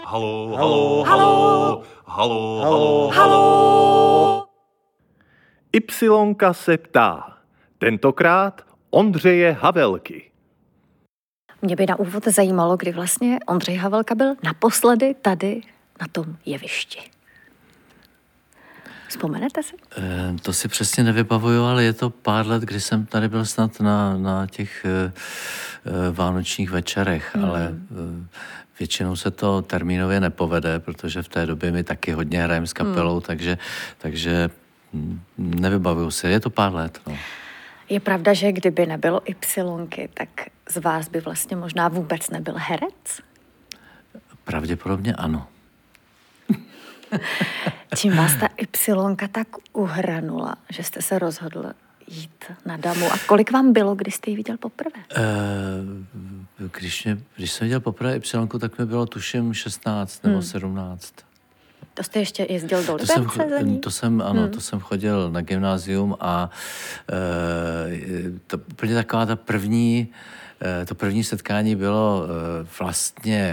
Halo, Halo, halo, halo, halo, halo. Ypsilonka se ptá. Tentokrát Ondřeje Havelky. Mě by na úvod zajímalo, kdy vlastně Ondřej Havelka byl naposledy tady na tom jevišti. Vzpomenete si? To si přesně nevybavuju, ale je to pár let, kdy jsem tady byl snad na těch vánočních večerech, ale většinou se to termínově nepovede, protože v té době my taky hodně hrajeme s kapelou, takže nevybavuju si. Je to pár let. No. Je pravda, že kdyby nebylo Ypsilonky, tak z vás by vlastně možná vůbec nebyl herec? Pravděpodobně ano. Čím vás ta Ypsilonka tak uhranula, že jste se rozhodl jít na Damu? A kolik vám bylo, když jste ji viděl poprvé? Když jsem viděl poprvé Ypsilonku, tak mi bylo tuším 16 nebo 17. To jste ještě jezdil do Liberce za ní? To jsem chodil na gymnázium a to úplně taková to první setkání bylo vlastně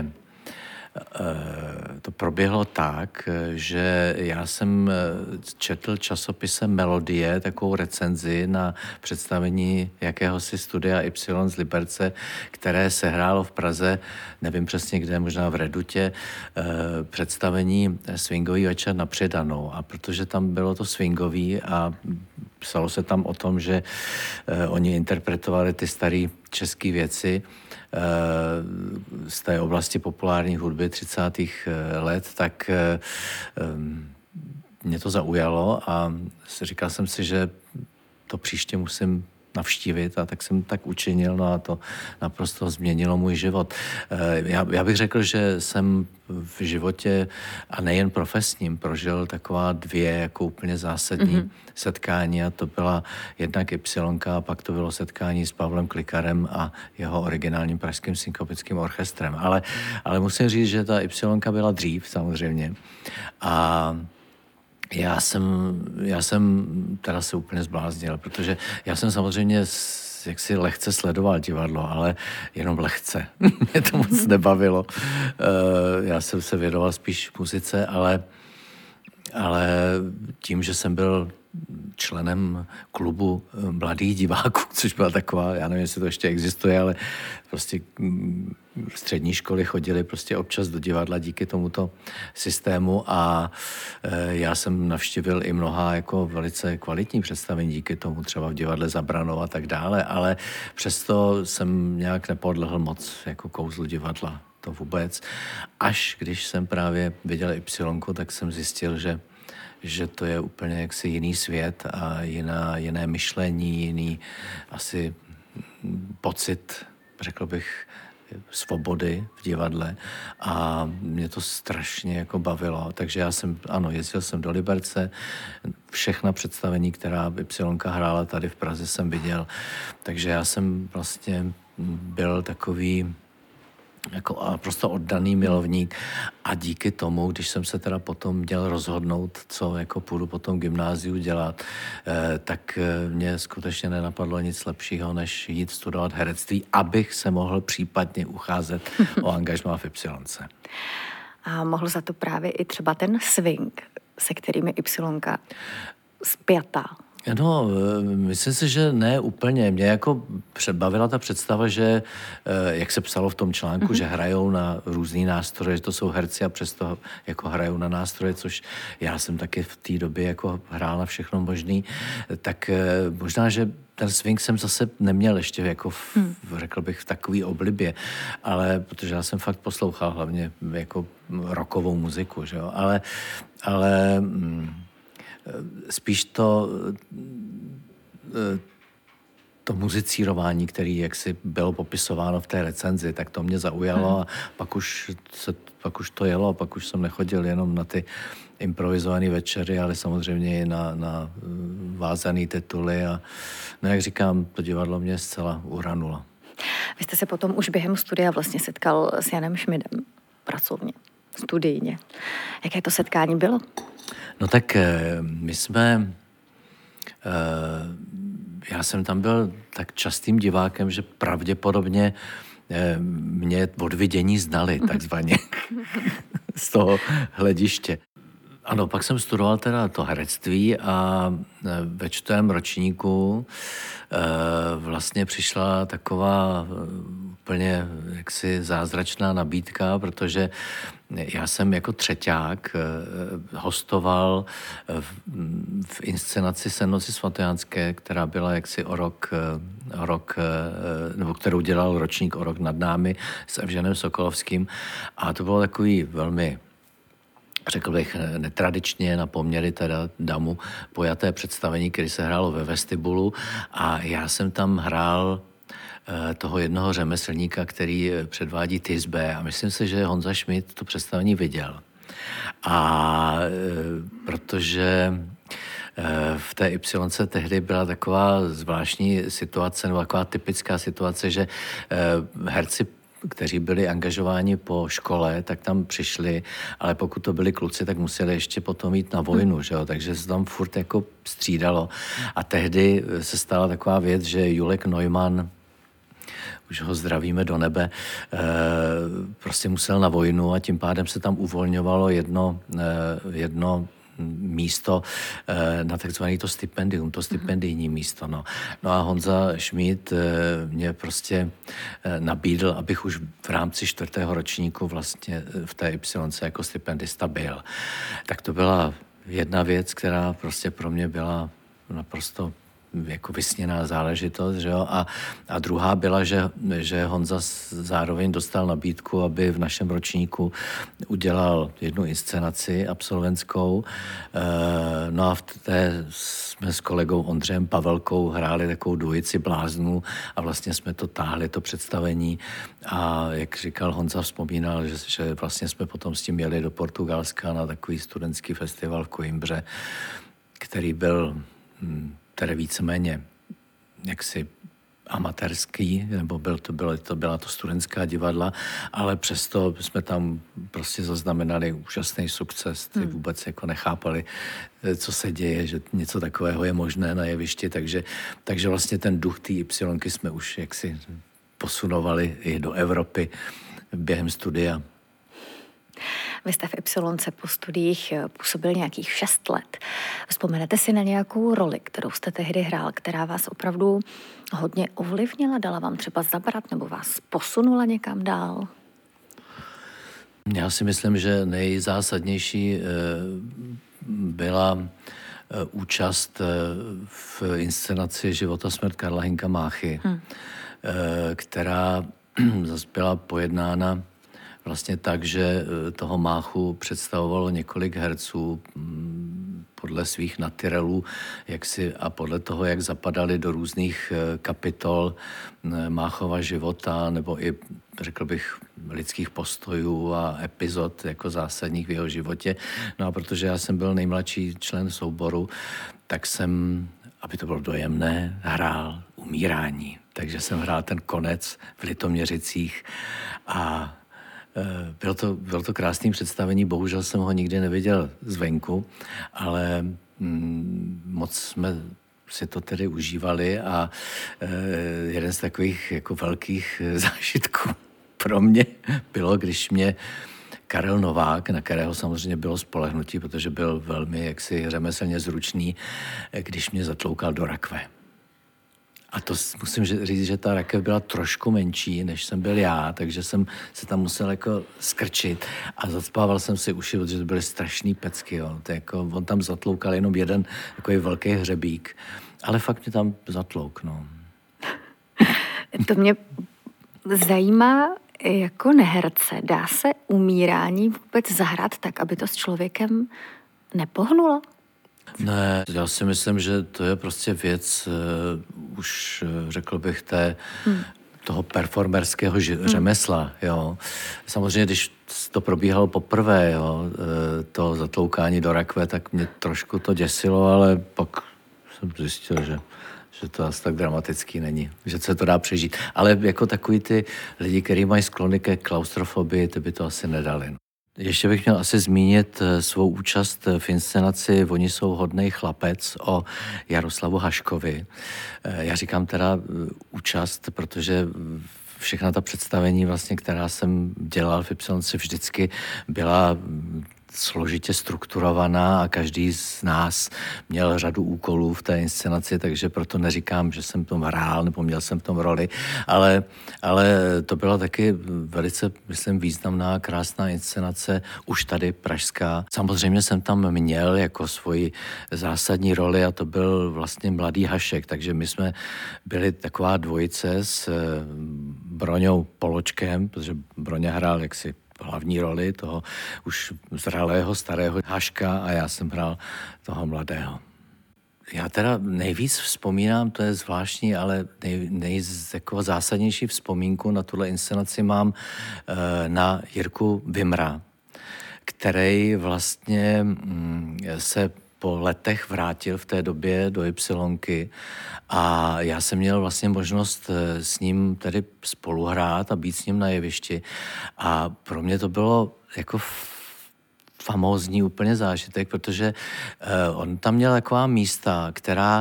to proběhlo tak, že já jsem četl časopisem Melodie, takovou recenzi na představení jakéhosi studia Y z Liberce, které se hrálo v Praze, nevím přesně kde, možná v Redutě, představení Swingový večer na Přidanou. A protože tam bylo to swingový a psalo se tam o tom, že oni interpretovali ty staré české věci, z té oblasti populární hudby 30. let, tak mě to zaujalo a říkal jsem si, že to příště musím navštívit a tak jsem tak učinil, no a to naprosto změnilo můj život. Já bych řekl, že jsem v životě a nejen profesním prožil taková dvě jako úplně zásadní setkání a to byla jednak Ypsilonka a pak to bylo setkání s Pavlem Klikarem a jeho originálním pražským synkopickým orchestrem. Ale musím říct, že ta Ypsilonka byla dřív samozřejmě a já jsem teda se úplně zbláznil, protože já jsem samozřejmě jaksi lehce sledoval divadlo, ale jenom lehce. Mě to moc nebavilo. Já jsem se věnoval spíš muzice, ale tím, že jsem byl členem klubu mladých diváků, což byla taková, já nevím, jestli to ještě existuje, ale prostě střední školy chodily prostě občas do divadla díky tomuto systému a já jsem navštívil i mnoha jako velice kvalitní představení díky tomu, třeba v divadle Zabranou a tak dále, ale přesto jsem nějak nepodlehl moc jako kouzlu divadla, to vůbec. Až když jsem právě viděl Ypsilonku, tak jsem zjistil, že to je úplně jaksi jiný svět a jiné myšlení, jiný asi pocit, řekl bych, svobody v divadle a mě to strašně jako bavilo. Takže jezdil jsem do Liberce, všechna představení, která Ypsilonka hrála tady v Praze, jsem viděl. Takže já jsem vlastně byl takový jako prostě oddaný milovník a díky tomu, když jsem se teda potom měl rozhodnout, co jako půjdu po tom gymnáziu dělat, tak mě skutečně nenapadlo nic lepšího, než jít studovat herectví, abych se mohl případně ucházet o angažmá v Ypsilonce. A mohl za to právě i třeba ten swing, se kterými Ypsilonka spjatá. No, myslím si, že ne úplně. Mě jako bavila ta představa, že, jak se psalo v tom článku, že hrajou na různý nástroje, že to jsou herci a přesto jako hrajou na nástroje, což já jsem taky v té době jako hrál na všechno možný, tak možná, že ten swing jsem zase neměl ještě jako řekl bych v takový oblibě, ale protože já jsem fakt poslouchal hlavně jako rockovou muziku, že jo, ale spíš to muzicírování, který jaksi bylo popisováno v té recenzi, tak to mě zaujalo a pak už to jelo, pak už jsem nechodil jenom na ty improvizované večery, ale samozřejmě i na vázané tituly a no jak říkám, to divadlo mě zcela uranulo. Vy jste se potom už během studia vlastně setkal s Janem Šmidem pracovně, studijně. Jaké to setkání bylo? No tak my jsme, já jsem tam byl tak častým divákem, že pravděpodobně mě od vidění znali, takzvaně. z toho hlediště. Ano, pak jsem studoval teda to herectví a ve 4. ročníku vlastně přišla taková úplně jaksi zázračná nabídka, protože já jsem jako třeťák hostoval v inscenaci Sennoci svatojánské, která byla jaksi o rok, nebo kterou dělal ročník o rok nad námi s Evženem Sokolovským. A to bylo takový velmi, řekl bych, netradičně na poměry teda damu pojaté představení, které se hrálo ve vestibulu a já jsem tam hrál toho jednoho řemeslníka, který předvádí Tisbe a myslím si, že Honza Schmidt to představení viděl. A protože v té Ypsilonce tehdy byla taková zvláštní situace, nebo taková typická situace, že herci, kteří byli angažováni po škole, tak tam přišli, ale pokud to byli kluci, tak museli ještě potom jít na vojnu, že jo? Takže se tam furt jako střídalo. A tehdy se stala taková věc, že Julek Neumann, už ho zdravíme do nebe, prostě musel na vojnu a tím pádem se tam uvolňovalo jedno místo na takzvané to stipendium, to stipendijní místo. No a Honza Schmidt mě prostě nabídl, abych už v rámci 4. ročníku vlastně v té Ypsilonce jako stipendista byl. Tak to byla jedna věc, která prostě pro mě byla naprosto jako vysněná záležitost, že jo? A druhá byla, že Honza zároveň dostal nabídku, aby v našem ročníku udělal jednu inscenaci absolventskou. No a v té jsme s kolegou Ondřejem Pavelkou hráli takovou dvojici bláznů a vlastně jsme to táhli, to představení. A jak říkal Honza, vzpomínal, že vlastně jsme potom s tím jeli do Portugalska na takový studentský festival v Coimbře, který byl tedy víceméně jaksi amatérský, nebo byla to studentská divadla, ale přesto jsme tam prostě zaznamenali úžasný sukces. Ty vůbec jako nechápali, co se děje, že něco takového je možné na jevišti, takže vlastně ten duch té Ypsilonky jsme už jaksi posunovali i do Evropy během studia. Vy jste v Ypsilonce po studiích působil nějakých 6 let. Vzpomenete si na nějakou roli, kterou jste tehdy hrál, která vás opravdu hodně ovlivnila, dala vám třeba zabrat nebo vás posunula někam dál? Já si myslím, že nejzásadnější byla účast v inscenaci Život a smrt Karla Hynka Máchy, která zase byla pojednána vlastně tak, že toho Máchu představovalo několik herců podle svých natyrelů, a podle toho, jak zapadali do různých kapitol Máchova života, nebo i, řekl bych, lidských postojů a epizod jako zásadních v jeho životě. No a protože já jsem byl nejmladší člen souboru, tak jsem, aby to bylo dojemné, hrál umírání. Takže jsem hrál ten konec v Litoměřicích a bylo to krásné představení, bohužel jsem ho nikdy neviděl zvenku, ale moc jsme si to tedy užívali a jeden z takových jako velkých zážitků pro mě bylo, když mě Karel Novák, na kterého samozřejmě bylo spolehnutí, protože byl velmi jaksi řemeslně zručný, když mě zatloukal do rakve. A to musím říct, že ta rakev byla trošku menší, než jsem byl já, takže jsem se tam musel jako skrčit a zacpával jsem si uši, protože to byly strašný pecky. Jo. To jako, on tam zatloukal jenom jeden takový velký hřebík, ale fakt mě tam zatlouk. No. To mě zajímá jako neherce. Dá se umírání vůbec zahrát tak, aby to s člověkem nepohnulo? Ne, já si myslím, že to je prostě věc, už řekl bych, toho performerského řemesla, jo. Samozřejmě, když to probíhalo poprvé, jo, to zatloukání do rakve, tak mě trošku to děsilo, ale pak jsem zjistil, že to asi tak dramatický není, že se to dá přežít. Ale jako takový ty lidi, kteří mají sklony ke klaustrofobii, ty by to asi nedali. Ještě bych měl asi zmínit svou účast v inscenaci Oni jsou hodnej chlapec o Jaroslavu Haškovi. Já říkám teda účast, protože všechna ta představení vlastně, která jsem dělal v Ypsilonce, vždycky byla složitě strukturovaná a každý z nás měl řadu úkolů v té inscenaci, takže proto neříkám, že jsem v tom hrál nebo měl jsem v tom roli, ale to byla taky velice, myslím, významná, krásná inscenace, už tady pražská. Samozřejmě jsem tam měl jako svoji zásadní roli a to byl vlastně Mladý Hašek, takže my jsme byli taková dvojice s Broňou Poločkem, protože Broňa hrál jaksi hlavní roli toho už zralého starého Haška a já jsem hrál toho mladého. Já teda nejvíc vzpomínám, to je zvláštní, ale jako zásadnější vzpomínku na tuhle inscenaci mám na Jirku Vimra, který vlastně se po letech vrátil v té době do Ypsilonky a já jsem měl vlastně možnost s ním tedy spoluhrát a být s ním na jevišti a pro mě to bylo jako famózní úplně zážitek, protože on tam měl taková místa, která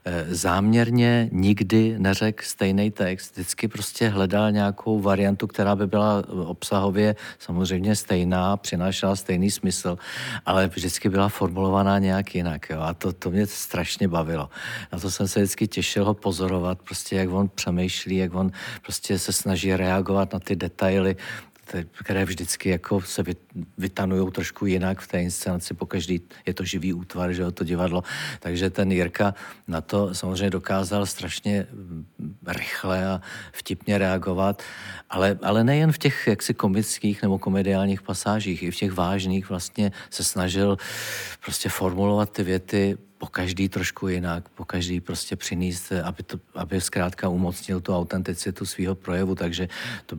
záměrně nikdy neřekl stejný text. Vždycky prostě hledal nějakou variantu, která by byla obsahově samozřejmě stejná, přinášela stejný smysl, ale vždycky byla formulovaná nějak jinak. Jo? A to mě strašně bavilo. Na to jsem se vždycky těšil ho pozorovat, prostě jak on přemýšlí, jak on prostě se snaží reagovat na ty detaily, které vždycky jako se vytanujou trošku jinak v té inscenaci, pokaždý je to živý útvar, že jo, to divadlo. Takže ten Jirka na to samozřejmě dokázal strašně rychle a vtipně reagovat, ale nejen v těch jaksi komických nebo komediálních pasážích, i v těch vážných vlastně se snažil prostě formulovat ty věty pokaždý trošku jinak, pokaždý prostě přinést, aby zkrátka umocnil tu autenticitu svého projevu, takže to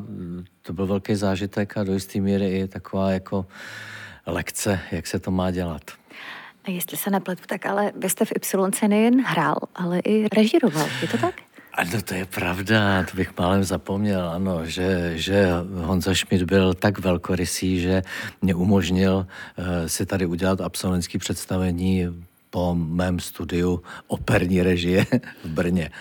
byl velký zážitek a do jisté míry i taková jako lekce, jak se to má dělat. A jestli se nepletu, tak ale vy jste v Ypsilonce nejen hrál, ale i režíroval, je to tak? Ano, to je pravda, to bych málem zapomněl, ano, že Honza Schmidt byl tak velkorysý, že mě umožnil si tady udělat absolventské představení po mém studiu operní režie v Brně.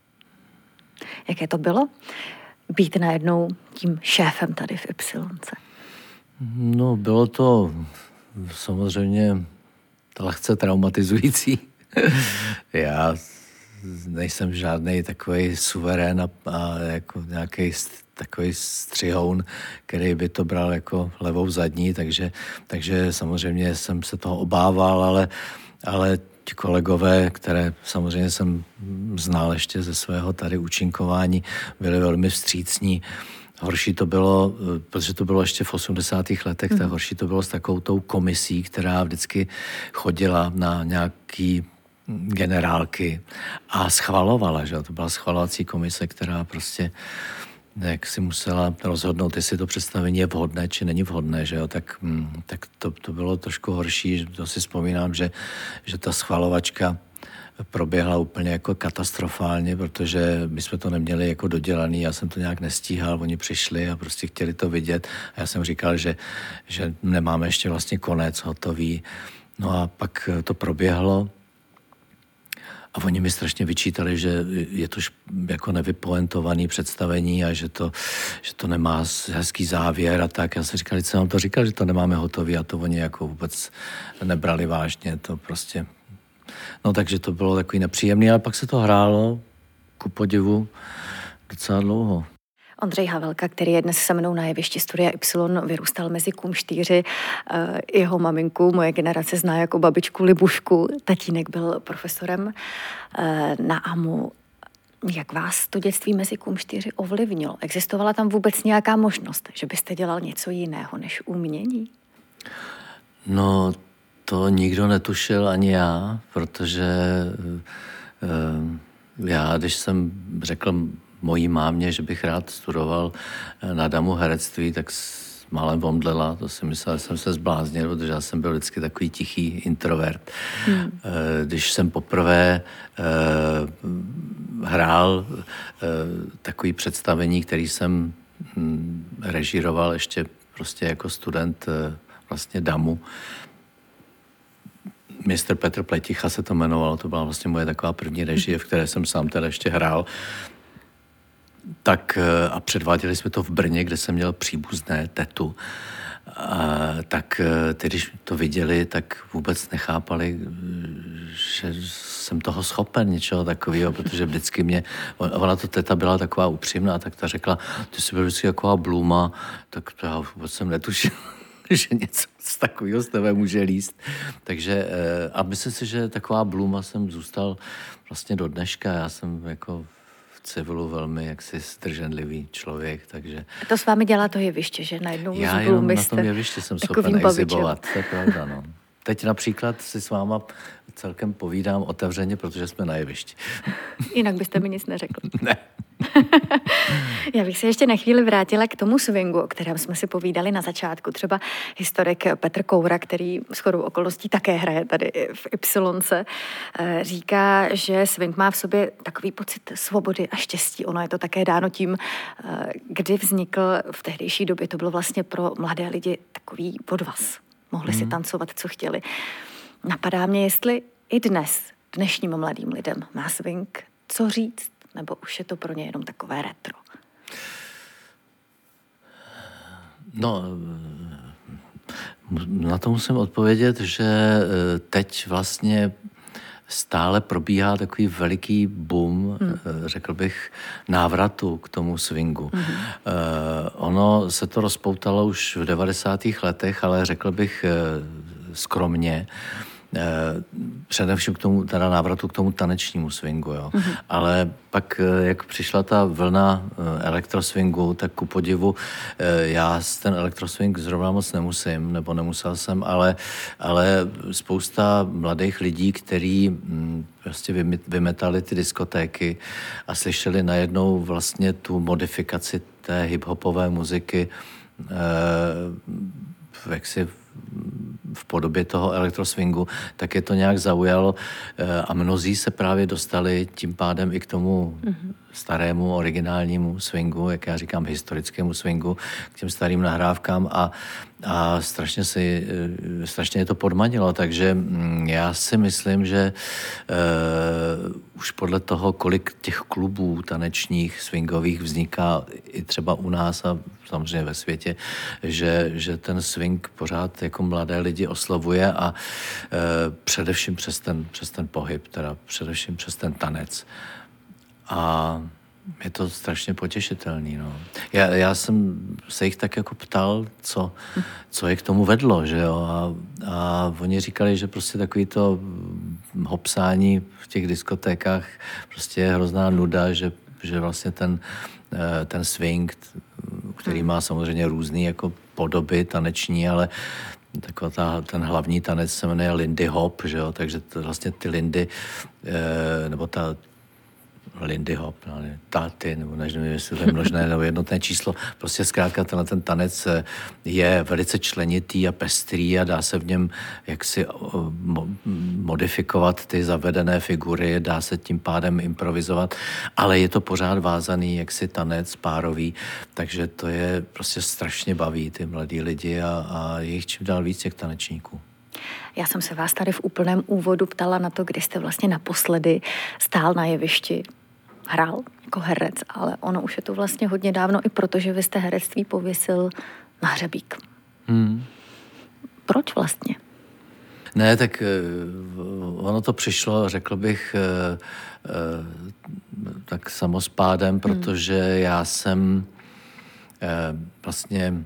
Jaké to bylo být najednou tím šéfem tady v Ypsilonce? No, bylo to samozřejmě lehce traumatizující. Já nejsem žádnej takový suverén a jako nějaký takový střihoun, který by to bral jako levou zadní, takže samozřejmě jsem se toho obával, ale ti kolegové, které samozřejmě jsem znal ještě ze svého tady účinkování, byli velmi vstřícní. Horší to bylo, protože to bylo ještě v 80. letech, tak horší to bylo s takovou tou komisí, která vždycky chodila na nějaký generálky a schvalovala, že to byla schvalovací komise, která prostě jak si musela rozhodnout, jestli to představení je vhodné, či není vhodné, že jo, tak to bylo trošku horší, to si vzpomínám, že ta schvalovačka proběhla úplně jako katastrofálně, protože my jsme to neměli jako dodělaný, já jsem to nějak nestíhal, oni přišli a prostě chtěli to vidět a já jsem říkal, že nemáme ještě vlastně konec hotový. No a pak to proběhlo a oni mi strašně vyčítali, že je to jako nevypoentovaný představení a že to nemá hezký závěr a tak. Já jsem říkal, jsem vám to říkal, že to nemáme hotový a to oni jako vůbec nebrali vážně, to prostě. No takže to bylo takový nepříjemný, ale pak se to hrálo, ku podivu, docela dlouho. Ondřej Havelka, který je dnes se mnou na jevišti Studia Y, vyrůstal mezi kumštýři. Jeho maminku moje generace zná jako babičku Libušku. Tatínek byl profesorem na AMU. Jak vás to dětství mezi kumštýři ovlivnilo? Existovala tam vůbec nějaká možnost, že byste dělal něco jiného než umění? No, to nikdo netušil, ani já, protože já, když jsem řekl mojí mámě, že bych rád studoval na DAMu herectví, tak málem omdlela, to si myslel, že jsem se zbláznil, protože já jsem byl vždycky takový tichý introvert. Když jsem poprvé hrál takový představení, který jsem režíroval ještě prostě jako student vlastně DAMu, Mistr Petr Pleticha se to jmenovalo, to byla vlastně moje taková první režie, v které jsem sám teda ještě hrál. tak a předváděli jsme to v Brně, kde jsem měl příbuzné tetu. Tak ty, když to viděli, tak vůbec nechápali, že jsem toho schopen něčeho takového, protože vždycky ona to teta byla taková upřímná, tak ta řekla, ty jsi byl vždycky taková bluma, tak to já vůbec jsem netušil, že něco z takového z tebe může líst. Takže a myslím si, že taková bluma jsem zůstal vlastně do dneška. Já jsem jako v civilu velmi jaksi zdrženlivý člověk, takže... A to s vámi dělá to jeviště, že najednou z já jenom blumy na tom jeviště jsem schopen exhibovat, to je pravda, no. Teď například si s váma celkem povídám otevřeně, protože jsme na jevišti. Jinak byste mi nic neřekl. Ne. Já bych se ještě na chvíli vrátila k tomu swingu, o kterém jsme si povídali na začátku. Třeba historik Petr Koura, který shodou okolností také hraje tady v Ypsilonce, říká, že swing má v sobě takový pocit svobody a štěstí. Ono je to také dáno tím, kdy vznikl v tehdejší době. To bylo vlastně pro mladé lidi takový podvaz. Mohli si tancovat, co chtěli. Napadá mě, jestli i dnešním mladým lidem má swing co říct, nebo už je to pro ně jenom takové retro? No, na to musím odpovědět, že teď vlastně stále probíhá takový veliký boom, řekl bych, návratu k tomu swingu. Ono se to rozpoutalo už v 90. letech, ale řekl bych skromně, především k tomu, teda návratu k tomu tanečnímu swingu, jo. Ale pak, jak přišla ta vlna elektroswingu, tak ku podivu, já ten elektroswing zrovna moc nemusím, nebo nemusel jsem, ale spousta mladých lidí, kteří prostě vymetali ty diskotéky a slyšeli najednou vlastně tu modifikaci té hiphopové muziky, jaksi v podobě toho elektroswingu, tak je to nějak zaujalo a mnozí se právě dostali tím pádem i k tomu starému, originálnímu swingu, jak já říkám, historickému swingu, k těm starým nahrávkám a strašně je to podmanilo, takže já si myslím, že už podle toho, kolik těch klubů tanečních, swingových vzniká i třeba u nás a samozřejmě ve světě, že ten swing pořád jako mladé lidi oslovuje a především přes ten pohyb, teda především přes ten tanec. A je to strašně potěšitelný, no. Já jsem se jich tak jako ptal, co je k tomu vedlo, že jo, a oni říkali, že prostě takový to hopsání v těch diskotékách prostě je hrozná nuda, že vlastně ten swing, který má samozřejmě různý jako podoby taneční, ale ten hlavní tanec se jmenuje Lindy Hop, že jo, takže vlastně ty Lindy, nebo ta Lindy Hop, táty, nebo nevím, jestli to je množné, nebo jednotné číslo. Prostě zkrátka ten tanec je velice členitý a pestrý a dá se v něm jaksi modifikovat ty zavedené figury, dá se tím pádem improvizovat, ale je to pořád vázaný jaksi tanec párový, takže to je prostě strašně baví ty mladí lidi a je jich čím dál víc těch tanečníků. Já jsem se vás tady v úplném úvodu ptala na to, kdy jste vlastně naposledy stál na jevišti, hrál jako herec, ale ono už je to vlastně hodně dávno i proto, že vy jste herectví pověsil na hřebík. Proč vlastně? Ne, tak ono to přišlo, řekl bych, tak samospádem, protože já jsem vlastně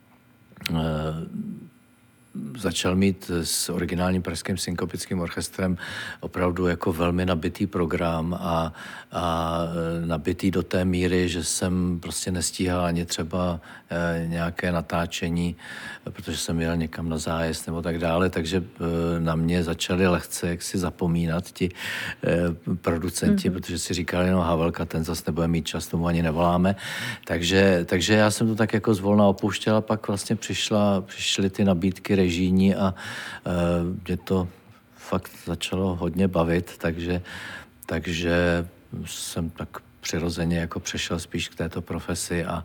začal mít s originálním pražským synkopickým orchestrem opravdu jako velmi nabitý program a nabitý do té míry, že jsem prostě nestíhal ani třeba nějaké natáčení, protože jsem jel někam na zájezd nebo tak dále, takže na mě začali lehce jaksi zapomínat ti producenti, protože si říkali, no Havelka, ten zase nebude mít čas, tomu ani nevoláme. Takže já jsem to tak jako zvolna opouštěl a pak vlastně přišly ty nabídky režijní a mě to fakt začalo hodně bavit, takže jsem tak přirozeně jako přešel spíš k této profesi a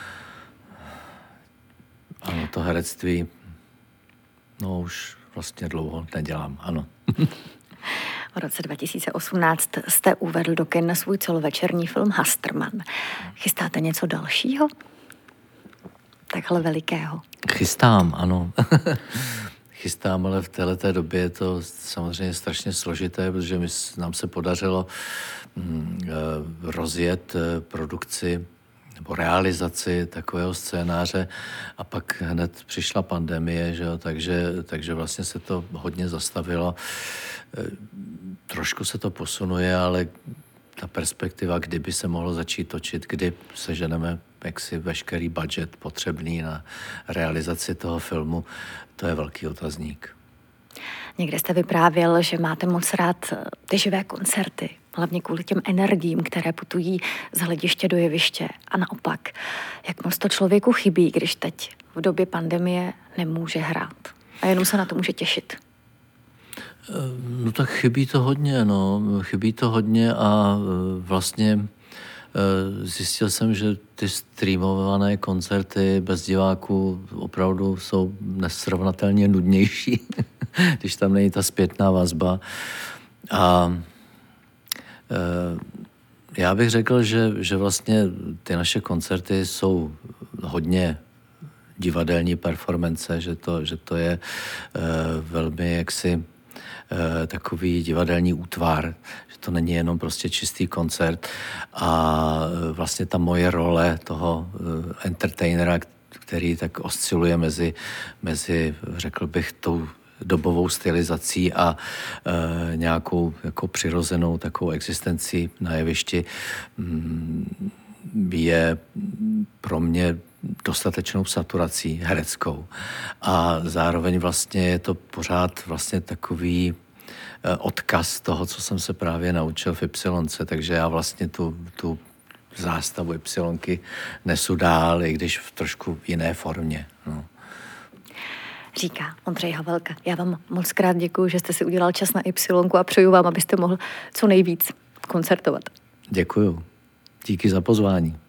ano, to herectví, no už vlastně dlouho nedělám, ano. V roce 2018 jste uvedl do kin svůj celovečerní film Hasterman. Chystáte něco dalšího? Takhle velikého. Chystám, ano. Chystám, ale v této době je to samozřejmě strašně složité, protože nám se podařilo rozjet produkci nebo realizaci takového scénáře a pak hned přišla pandemie, že jo? Takže vlastně se to hodně zastavilo. Trošku se to posunuje, ale ta perspektiva, kdyby se mohlo začít točit, kdy seženeme jaksi veškerý budget potřebný na realizaci toho filmu, to je velký otazník. Někde jste vyprávěl, že máte moc rád ty živé koncerty, hlavně kvůli těm energiím, které putují z hlediště do jeviště. A naopak, jak moc to člověku chybí, když teď v době pandemie nemůže hrát a jenom se na to může těšit. No tak chybí to hodně a vlastně zjistil jsem, že ty streamované koncerty bez diváků opravdu jsou nesrovnatelně nudnější, když tam není ta zpětná vazba. A já bych řekl, že vlastně ty naše koncerty jsou hodně divadelní performance, že to je velmi jaksi takový divadelní útvar, že to není jenom prostě čistý koncert a vlastně ta moje role toho entertainera, který tak osciluje mezi řekl bych, tou dobovou stylizací a nějakou jako přirozenou takovou existencí na jevišti je pro mě dostatečnou saturací hereckou. A zároveň vlastně je to pořád vlastně takový odkaz toho, co jsem se právě naučil v Ypsilonce, takže já vlastně tu zástavu Ypsilonky nesu dál, i když v trošku jiné formě. No. Říká Ondřej Havelka. Já vám moc krát děkuju, že jste si udělal čas na Ypsilonku a přeju vám, abyste mohl co nejvíc koncertovat. Děkuju. Díky za pozvání.